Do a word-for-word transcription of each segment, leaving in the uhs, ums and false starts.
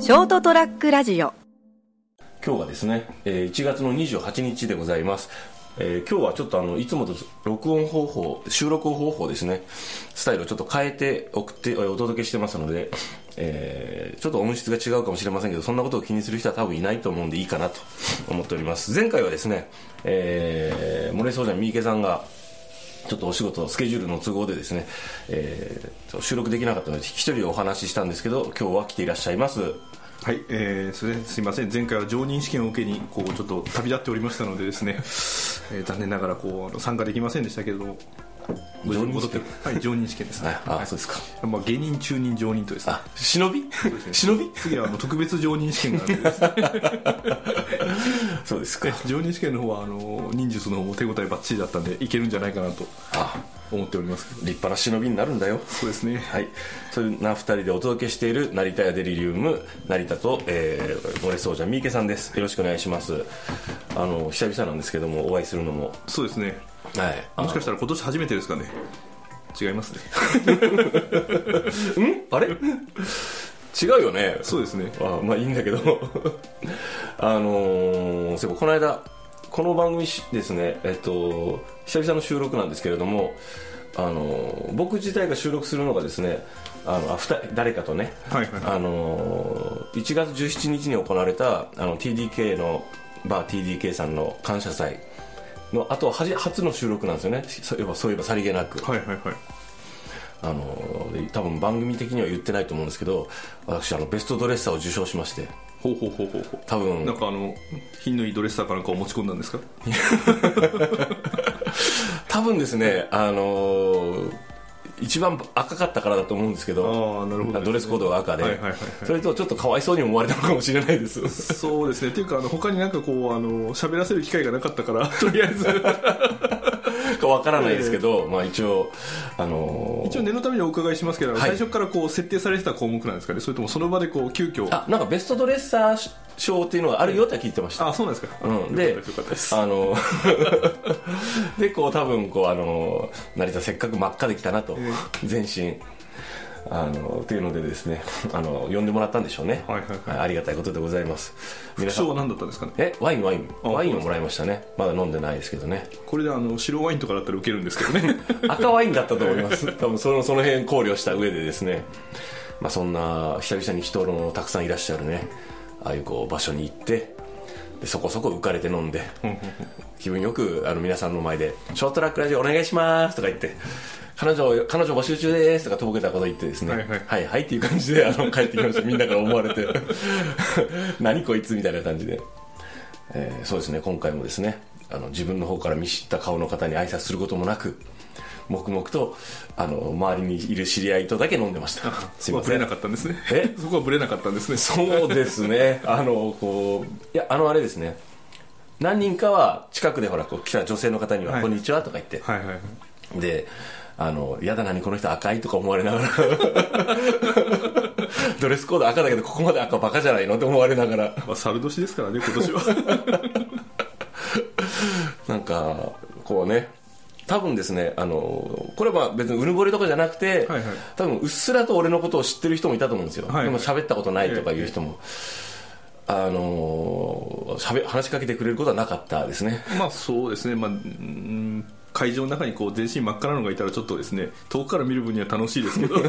ショートトラックラジオ。 今日がですね、いちがつのにじゅうはちにちでございます。えー、今日はちょっとあのいつもと録音方法、収録方法ですね、スタイルをちょっと変えて送ってお届けしてますので、えー、ちょっと音質が違うかもしれませんけど、そんなことを気にする人は多分いないと思うんでいいかなと思っております。前回はですね、えー、漏れそうじゃん三池さんがちょっとお仕事スケジュールの都合でですね、えー、収録できなかったので一人でお話ししたんですけど、今日は来ていらっしゃいます。 はい、えー、それすいません、前回は常任試験を受けにこうちょっと旅立っておりましたのでですね、えー、残念ながらこう参加できませんでしたけれども、 常任試験、 はい、常任試験ですね。 ああ、そうですか。 まあ、下任中任常任とですね、 あ、忍びそうですね、 忍び次はあの特別常任試験があるんですねそうですか。 常任試験の方はあの忍術の方も手応えバッチリだったんでいけるんじゃないかなと思っておりますけど。 立派な忍びになるんだよ。 そうですね。 はい、そんなふたりでお届けしている成田屋デリリウム、成田と、えー、漏れそうじゃん三池さんです。よろしくお願いします。あの久々なんですけども、お会いするのも。 そうですね、 はい、 もしかしたら今年初めてですかね。違いますねんあれ違うよね。 そうですね。 あ、まあいいんだけどあのー、そういえばこの間この番組ですね、えっと久々の収録なんですけれども、あのー、僕自体が収録するのがですね、あのあふた誰かとね、 はいはいはい、 あのー、いちがつじゅうしちにちに行われたあの ティーディーケー のバー ティーディーケー さんの感謝祭のあとはじ初の収録なんですよね。そういえばそういえばさりげなく、 はいはいはい、 あの多分番組的には言ってないと思うんですけど、私あのベストドレッサーを受賞しまして。 ほうほうほうほうほう。 多分なんかあの品のいいドレッサーかなんかを持ち込んだんですか多分ですね、あのー、一番赤かったからだと思うんですけど、 あ、なるほど、ね、 ドレスコードが赤で、 はいはいはいはい、それとちょっとかわいそうに思われたのかもしれないですそうですね。っていうかあの他になんかこうあの喋らせる機会がなかったからとりあえずかわからないですけど、えーまあ、一応、あのー、 一応念のためにお伺いしますけど、はい、最初からこう設定されてた項目なんですかね、それともその場でこう急遽。 あ、なんかベストドレッサー賞っていうのがあるよって聞いてました。 あ、そうなんですか。 うん、で、あのでこう多分こうあの成田せっかく真っ赤できたなと、えー、全身あのっていうのでですね、あの呼んでもらったんでしょうね。 はいはいはい、 ありがたいことでございます。 副賞は何だったんですかね。 え、ワインワインワインをもらいましたね。まだ飲んでないですけどね。 これであの白ワインとかだったらウケるんですけどね赤ワインだったと思います多分そのその辺考慮した上でですね、まあ、そんな久々に人のたくさんいらっしゃるね、ああいうこう場所に行ってでそこそこ浮かれて飲んで気分よくあの皆さんの前でショートトラックラジオお願いしますとか言って、彼女彼女募集中ですとかとぼけたこと言ってですね、はいはい、はいはいっていう感じであの帰ってきましたみんなから思われて何こいつみたいな感じで、えー、そうですね、今回もですね、あの自分の方から見知った顔の方に挨拶することもなく黙々とあの周りにいる知り合いとだけ飲んでました。 そこはブレなかったんですね。 えそこはブレなかったんですね。 そうですね、あのこういやあのあれですね、何人かは近くでほらこう来た女性の方には、はい、こんにちはとか言って、はいはいはい、であのやだ何この人赤いとか思われながらドレスコード赤だけどここまで赤バカじゃないのって思われながら、 まあ、猿年ですからね今年はなんかこうね、多分ですね、あのこれは別にうぬぼれとかじゃなくて、はいはい、多分うっすらと俺のことを知ってる人もいたと思うんですよ、はいはい、でも喋ったことないとかいう人も、えー、あのしゃべ話しかけてくれることはなかったですね。 まあそうですね、まあ、うん会場の中にこう全身真っ赤なのがいたらちょっとですね遠くから見る分には楽しいですけど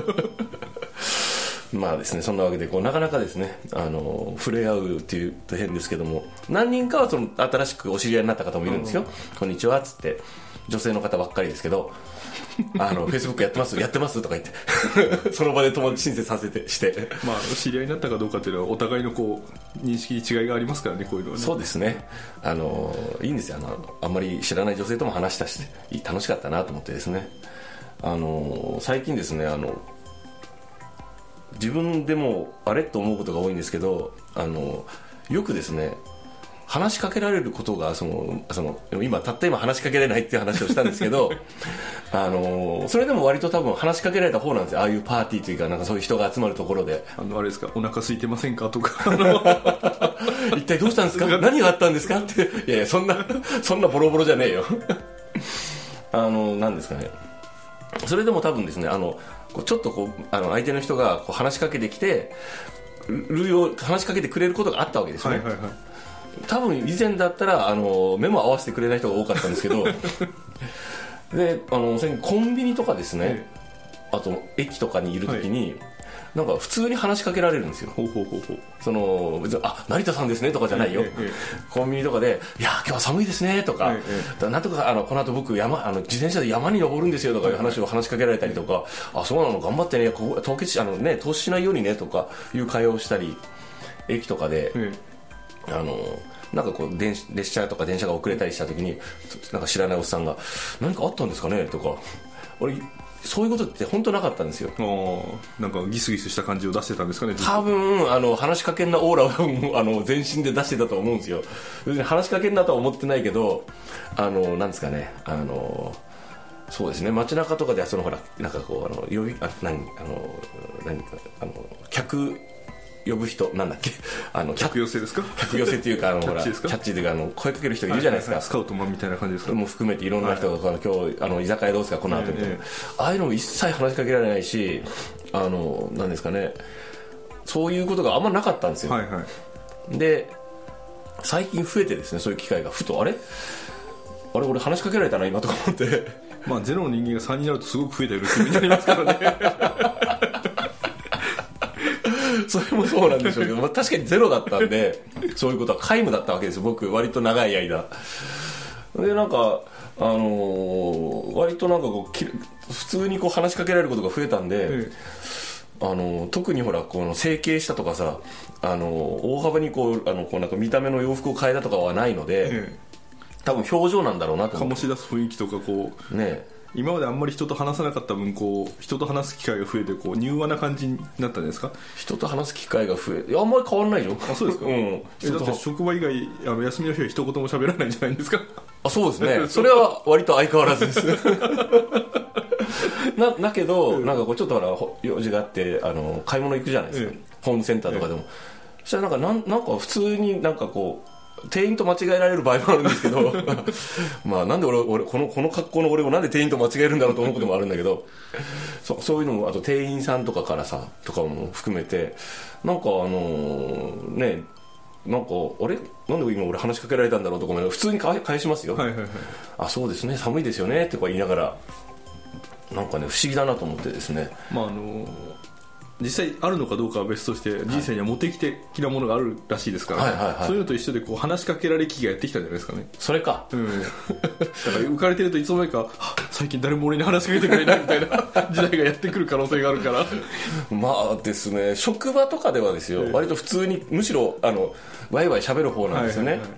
まあですね、そんなわけでこうなかなかですね、あの触れ合うっていうと変ですけども、何人かはその新しくお知り合いになった方もいるんですよ、うん、こんにちはっつって、女性の方ばっかりですけどあのフェイスブックやってますやってますとか言ってその場で友達申請させてして、 まあ、知り合いになったかどうかというのはお互いのこう認識に違いがありますからね、こういうのはね。 そうですね、あのいいんですよ、あのあんまり知らない女性とも話したし楽しかったなと思ってですね、あの最近ですね、あの自分でもあれと思うことが多いんですけど、あのよくですね話しかけられることがそのその今たった今話しかけられないっていう話をしたんですけどあのそれでも割と多分話しかけられた方なんですよ、ああいうパーティーというか、なんかそういう人が集まるところで、 あのあれですか、お腹空いてませんかとか一体どうしたんですか何があったんですかっていやいやそんなそんなボロボロじゃねえよあのなんですかね、それでも多分ですね、あのちょっとこうあの相手の人がこう話しかけてきて類を話しかけてくれることがあったわけですね、 はいはいはい、 多分以前だったらあの目も合わせてくれない人が多かったんですけどであの最近コンビニとかですね、ええ、あと駅とかにいるときに、はい、なんか普通に話しかけられるんですよ。 ほうほうほうほう、 その別にあ成田さんですねとかじゃないよ、ええええ、コンビニとかでいや今日は寒いですねとか、ええ、なんとかあのこの後僕山あの自転車で山に登るんですよとかいう話を話しかけられたりとか、あそうなの頑張ってねこ凍結しあのね投資しないようにねとかいう会話をしたり、駅とかで、ええ、あのなんかこう電列車とか電車が遅れたりした時になんか知らないおっさんが何かあったんですかねとか、俺そういうことって本当なかったんですよ。 あなんかギスギスした感じを出してたんですかね。 多分あの話しかけんなオーラをあの全身で出してたと思うんですよ。別に話しかけんなとは思ってないけど、あのなんですかね、あのそうですね、街中とかでそのほらなんかこうあの呼びあ何あの何かあの客呼ぶ人なんだっけあの客寄せですか。 客寄せっていうかあのほらキャッチというかあの声かける人いるじゃないですか、 はいはいはい、スカウトマンみたいな感じですか。 もう含めていろんな人が、はい、今日あの居酒屋どうですかこの後みたいな、ええ、ああいうのも一切話しかけられないし、あのなんですかね、そういうことがあんまなかったんですよ、 はいはい、 で最近増えてですね、そういう機会がふとあれあれ俺話しかけられたな今とか思ってまあゼロの人間がさんになるとすごく増えてる気になりますからねそれもそうなんでしょうけど、まあ、確かにゼロだったんでそういうことは皆無だったわけですよ、僕割と長い間で、なんかあのー、割となんかこう普通にこう話しかけられることが増えたんで、ええ、あの特にほらこの整形したとかさ、あの大幅にこうあのこうなんか見た目の洋服を変えたとかはないので、ええ、多分表情なんだろうなと思って、 醸し出す雰囲気とかこうね、今まであんまり人と話さなかった分こう人と話す機会が増えてこう柔和な感じになったんじゃないですか。 人と話す機会が増え、いやあんまり変わらないよ。 あ、そうですか、うん、えだって職場以外あの休みの日は一言も喋らないんじゃないんですか。 あ、そうですねそれは割と相変わらずですなだけどなんかこうちょっとほら用事があってあの買い物行くじゃないですか、ええ、ホームセンターとかでも、ええ、そしたらなんかなんなんか普通になんかこう店員と間違えられる場合もあるんですけどまあなんで俺俺このこの格好の俺をなんで店員と間違えるんだろうと思うこともあるんだけどそ, そういうのもあと店員さんとかからさとかも含めてなんかあのー、ねなんかあれなんで今俺話しかけられたんだろうとかも普通に返しますよ、はいはいはい、あそうですね寒いですよねって言いながらなんかね不思議だなと思ってですね、 まああのー実際あるのかどうかは別として人生にはモテ期的なものがあるらしいですから、ね、はいはいはい、そういうのと一緒でこう話しかけられ機がやってきたんじゃないですかね。 それか、うん、 だから浮かれてるといつの間にか最近誰も俺に話しかけてくれないみたいな時代がやってくる可能性があるからまあですね、職場とかではですよ、えー、割と普通にむしろあのワイワイ喋る方なんですよね、はいはいはい、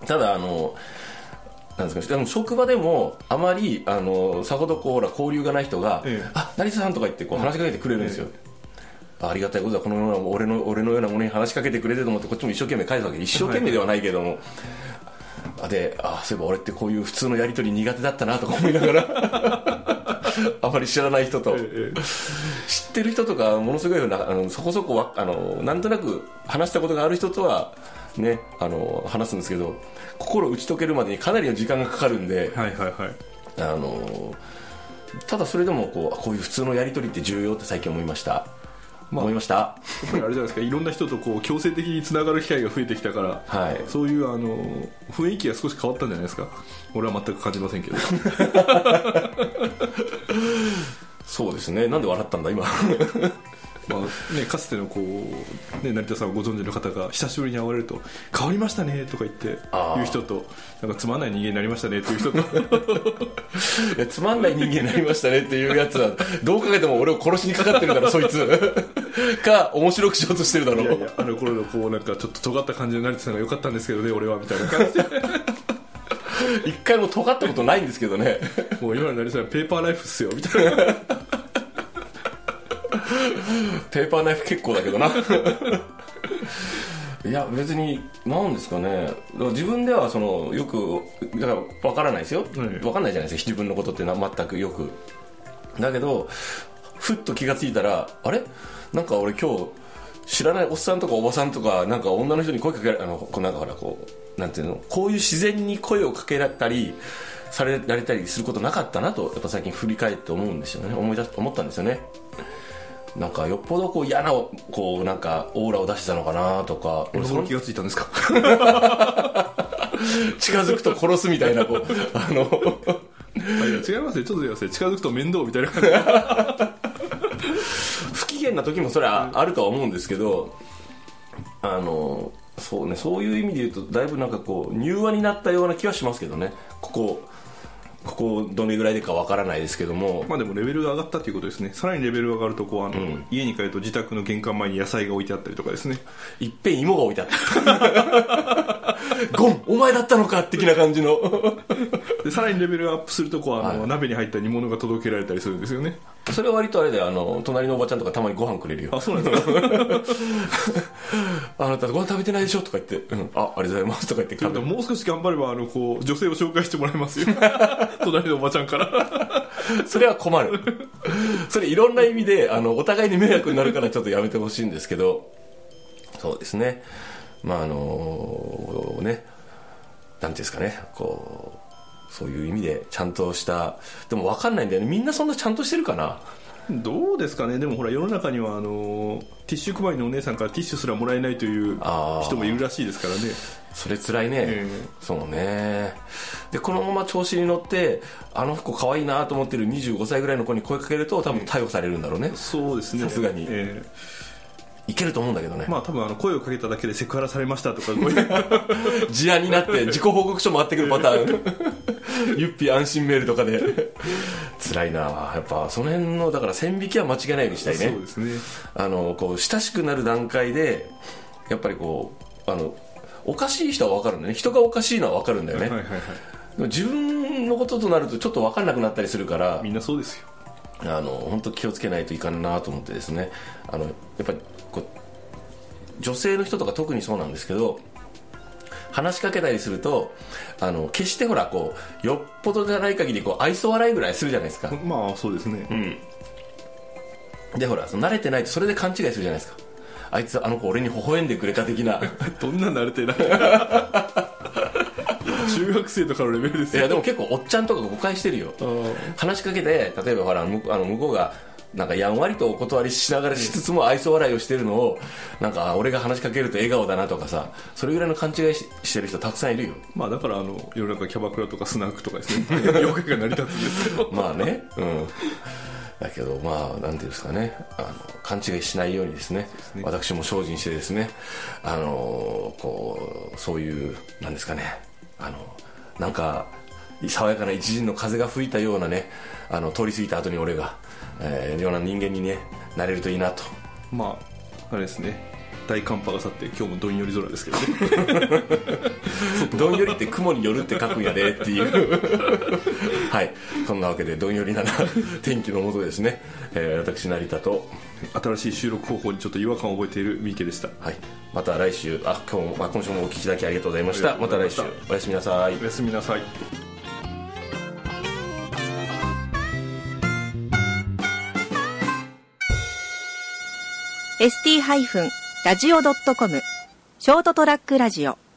ただあのなんですか、でも職場でもあまりあのさほどこうほら交流がない人が、ええ、あ成田さんとか言ってこう話しかけてくれるんですよ、ええ、ありがたいことだ、このような俺の俺のようなものに話しかけてくれてると思ってこっちも一生懸命返すわけで、一生懸命ではないけども、はい、であそういえば俺ってこういう普通のやり取り苦手だったなとか思いながらあまり知らない人と、ええ、知ってる人とかものすごいなあのそこそこわあのなんとなく話したことがある人とはね、あの話すんですけど心を打ち解けるまでにかなりの時間がかかるんで、 はいはいはい、 あのただそれでもこうこういう普通のやり取りって重要って最近思いました、まあ、思いました。やっぱりあれじゃないですか、いろんな人とこう強制的につながる機会が増えてきたから、はい、そういうあの雰囲気が少し変わったんじゃないですか。俺は全く感じませんけどそうですね、なんで笑ったんだ今まあね、かつてのこう、ね、成田さんをご存知の方が久しぶりに会われると変わりましたねとか言って言う人と、なんかつまんない人間になりましたねっていう人といやつまんない人間になりましたねっていうやつはどう考えても俺を殺しにかかってるだろそいつか面白くしようとしてるだろう。いやいや、 あの頃のこうなんかちょっと尖った感じの成田さんが良かったんですけどね俺はみたいな感じで一回も尖ったことないんですけどねもう今の成田さんペーパーナイフっすよみたいなペーパーナイフ結構だけどないや別になんですかね、自分ではそのよくだから分からないですよ、うん、分かんないじゃないですか自分のことって全くよく。だけどふっと気がついたらあれなんか俺今日知らないおっさんとかおばさんとかなんか女の人に声かけられあのなんかほらこうなんていうのこういう自然に声をかけられたりされられたりすることなかったなとやっぱ最近振り返って思うんですよね、思い出思ったんですよね。 なんかよっぽどこう嫌なこうなんかオーラを出してたのかなとか。 俺その気がついたんですか。 近づくと殺すみたいなこうあの違いますね、ちょっと違いますね、近づくと面倒みたいな感じ。 不機嫌な時もそれはあるとは思うんですけど、あのそうね、そういう意味で言うとだいぶなんかこう柔和になったような気はしますけどね。ここここどれぐらいでかわからないですけども、 まあでもレベルが上がったということですね。さらにレベルが上がるとこうあの、うん、家に帰ると自宅の玄関前に野菜が置いてあったりとかですね。 いっぺん芋が置いてあったゴンお前だったのか的な感じのでさらにレベルがアップするとこうあの、はい、鍋に入った煮物が届けられたりするんですよね。 それは割とあれであの隣のおばちゃんとかたまにご飯くれるよ。 あ、そうなんですか。 あなたご飯食べてないでしょとか言って、うん、あ、ありがとうございますとか言って食べる。 もう少し頑張ればあのこう女性を紹介してもらいますよ。隣のおばちゃんからそれは困る。それいろんな意味であのお互いに迷惑になるからちょっとやめてほしいんですけど、そうですね、まああのー、ね、なんていうんですかね、こうそういう意味でちゃんとした、でも分かんないんだよね、みんなそんなちゃんとしてるかな。 どうですかね。でもほら世の中にはあのティッシュ配りのお姉さんからティッシュすらもらえないという人もいるらしいですからね。 それ辛いね、えー、そうね。でこのまま調子に乗ってあの子可愛いなと思ってるにじゅうごさいぐらいの子に声かけると多分逮捕されるんだろうね、 えー、そうですね、 さすがに、えー、いけると思うんだけどね。 まあ多分あの声をかけただけでセクハラされましたとか事案になって自己報告書回ってくるパターンゆっぴ安心メールとかで辛いな。やっぱその辺のだから線引きは間違いないようにしたいね。 そうですね。あのこう親しくなる段階でやっぱりこうあのおかしい人は分かるんだよね。人がおかしいのは分かるんだよね、はいはいはい、でも自分のこととなるとちょっと分かんなくなったりするから、 みんなそうですよ。 あの本当気をつけないといかんなと思ってですね、あのやっぱりこう女性の人とか特にそうなんですけど、話しかけたりするとあの決してほらこうよっぽどじゃない限りこう愛想笑いぐらいするじゃないですか。 まあそうですね、 うん、でほらその慣れてないとそれで勘違いするじゃないですか。あいつあの子俺に微笑んでくれた的などんな慣れてない中学生とかのレベルですよ。 いやでも結構おっちゃんとか誤解してるよ。話しかけて例えばほら向あの向こうがなんかやんわりとお断りしながらしつつも愛想笑いをしてるのをなんか俺が話しかけると笑顔だなとかさ、それぐらいの勘違い し, してる人たくさんいるよ。 まあだからあの世の中キャバクラとかスナックとかですね妖怪が成り立つんですよまあね、うんだけどまあなんていうんですかね、あの勘違いしないようにですね、ですね私も精進してですね、あのこうそういうなんですかね、あのなんか爽やかな一陣の風が吹いたようなね、あの通り過ぎた後に俺が、えー、ような人間にねなれるといいなと。 まああれですね、大寒波が去って今日もどんより空ですけどねどんよりって雲によるって書くんやでっていうはい、そんなわけでどんよりな天気のもとですね、えー、私成田と新しい収録方法にちょっと違和感を覚えている三池でした。 はい、また来週、あ今日も、まあ、今週もお聞きいただきありがとうございました。また来週おやすみなさい。 おやすみなさい。 エスティー ラジオ ドットコム ショートトラックラジオ